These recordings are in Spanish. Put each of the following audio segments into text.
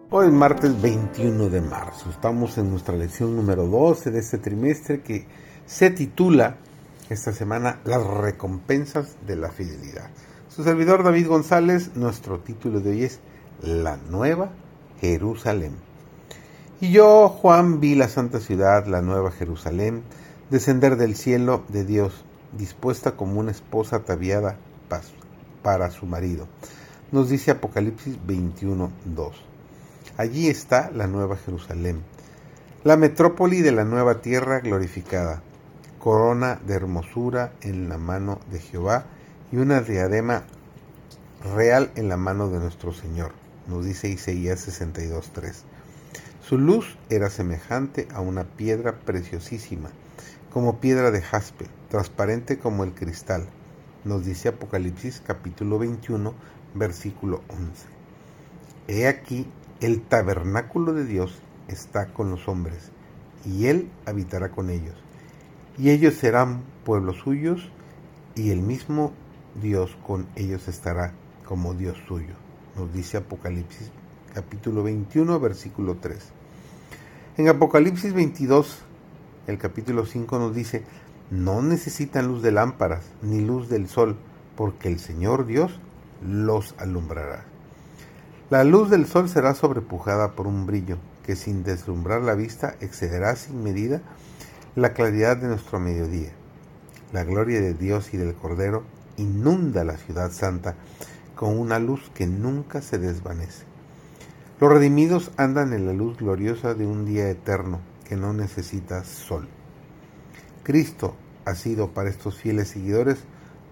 Hoy es martes 21 de marzo. Estamos en nuestra lección número 12 de este trimestre que se titula esta semana Las recompensas de la fidelidad. Su servidor David González, nuestro título de hoy es La Nueva Jerusalén. Y yo, Juan, vi la santa ciudad, la Nueva Jerusalén, descender del cielo de Dios, dispuesta como una esposa ataviada para su marido. Nos dice Apocalipsis 21:2. Allí está la Nueva Jerusalén, la metrópoli de la nueva tierra glorificada, corona de hermosura en la mano de Jehová y una diadema real en la mano de nuestro Señor, nos dice Isaías 62:3. Su luz era semejante a una piedra preciosísima, como piedra de jaspe, transparente como el cristal, nos dice Apocalipsis capítulo 21, versículo 11. He aquí, el tabernáculo de Dios está con los hombres, y Él habitará con ellos. Y ellos serán pueblos suyos, y el mismo Dios con ellos estará como Dios suyo. Nos dice Apocalipsis capítulo 21, versículo 3. En Apocalipsis 22, el capítulo 5 nos dice: no necesitan luz de lámparas, ni luz del sol, porque el Señor Dios los alumbrará. La luz del sol será sobrepujada por un brillo que sin deslumbrar la vista excederá sin medida la claridad de nuestro mediodía. La gloria de Dios y del Cordero inunda la ciudad santa con una luz que nunca se desvanece. Los redimidos andan en la luz gloriosa de un día eterno que no necesita sol. Cristo ha sido para estos fieles seguidores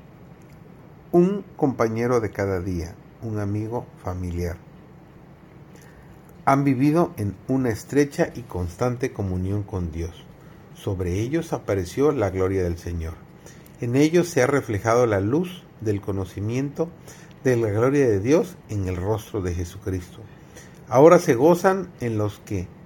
un compañero de cada día, un amigo familiar. Han vivido en una estrecha y constante comunión con Dios. Sobre ellos apareció la gloria del Señor. En ellos se ha reflejado la luz del conocimiento de la gloria de Dios en el rostro de Jesucristo. Ahora se gozan en los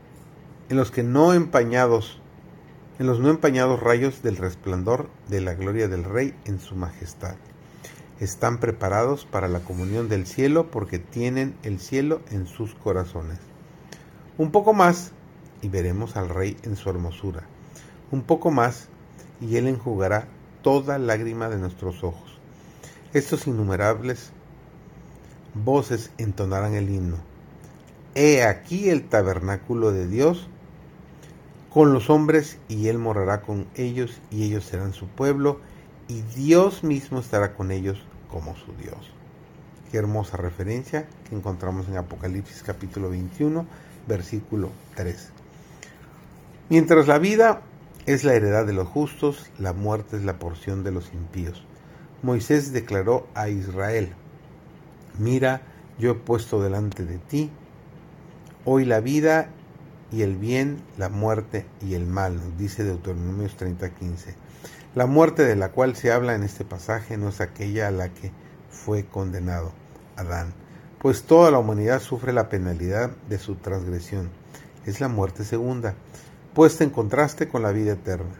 no empañados rayos del resplandor de la gloria del Rey en su majestad. Están preparados para la comunión del cielo porque tienen el cielo en sus corazones. Un poco más y veremos al Rey en su hermosura. Un poco más y Él enjugará toda lágrima de nuestros ojos. Estos innumerables voces entonarán el himno. He aquí el tabernáculo de Dios con los hombres, y Él morará con ellos, y ellos serán su pueblo, y Dios mismo estará con ellos como su Dios. Qué hermosa referencia que encontramos en Apocalipsis capítulo 21, versículo 3. Mientras la vida es la heredad de los justos, la muerte es la porción de los impíos. Moisés declaró a Israel: mira, yo he puesto delante de ti hoy la vida y el bien, la muerte y el mal, nos dice Deuteronomio 30:15. La muerte de la cual se habla en este pasaje no es aquella a la que fue condenado Adán, pues toda la humanidad sufre la penalidad de su transgresión. Es la muerte segunda, puesta en contraste con la vida eterna.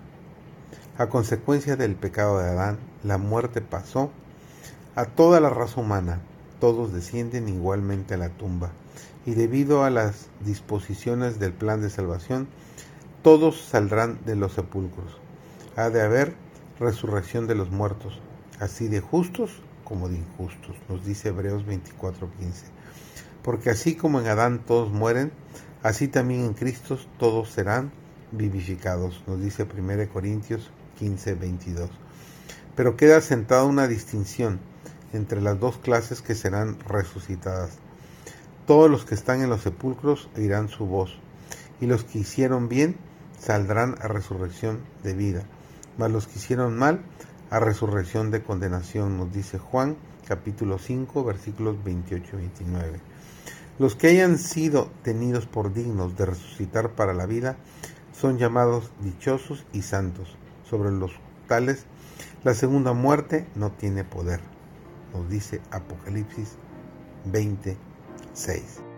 A consecuencia del pecado de Adán, la muerte pasó a toda la raza humana. Todos descienden igualmente a la tumba, y debido a las disposiciones del plan de salvación, todos saldrán de los sepulcros. Ha de haber resurrección de los muertos, así de justos como de injustos, nos dice Hebreos 24:15. Porque así como en Adán todos mueren, así también en Cristo todos serán vivificados, nos dice 1 Corintios 15:22. Pero queda sentada una distinción entre las dos clases que serán resucitadas. Todos los que están en los sepulcros oirán su voz, y los que hicieron bien saldrán a resurrección de vida, mas los que hicieron mal a resurrección de condenación, nos dice Juan capítulo 5, versículos 28 y 29. Los que hayan sido tenidos por dignos de resucitar para la vida son llamados dichosos y santos. Sobre los tales la segunda muerte no tiene poder, nos dice Apocalipsis 20:6.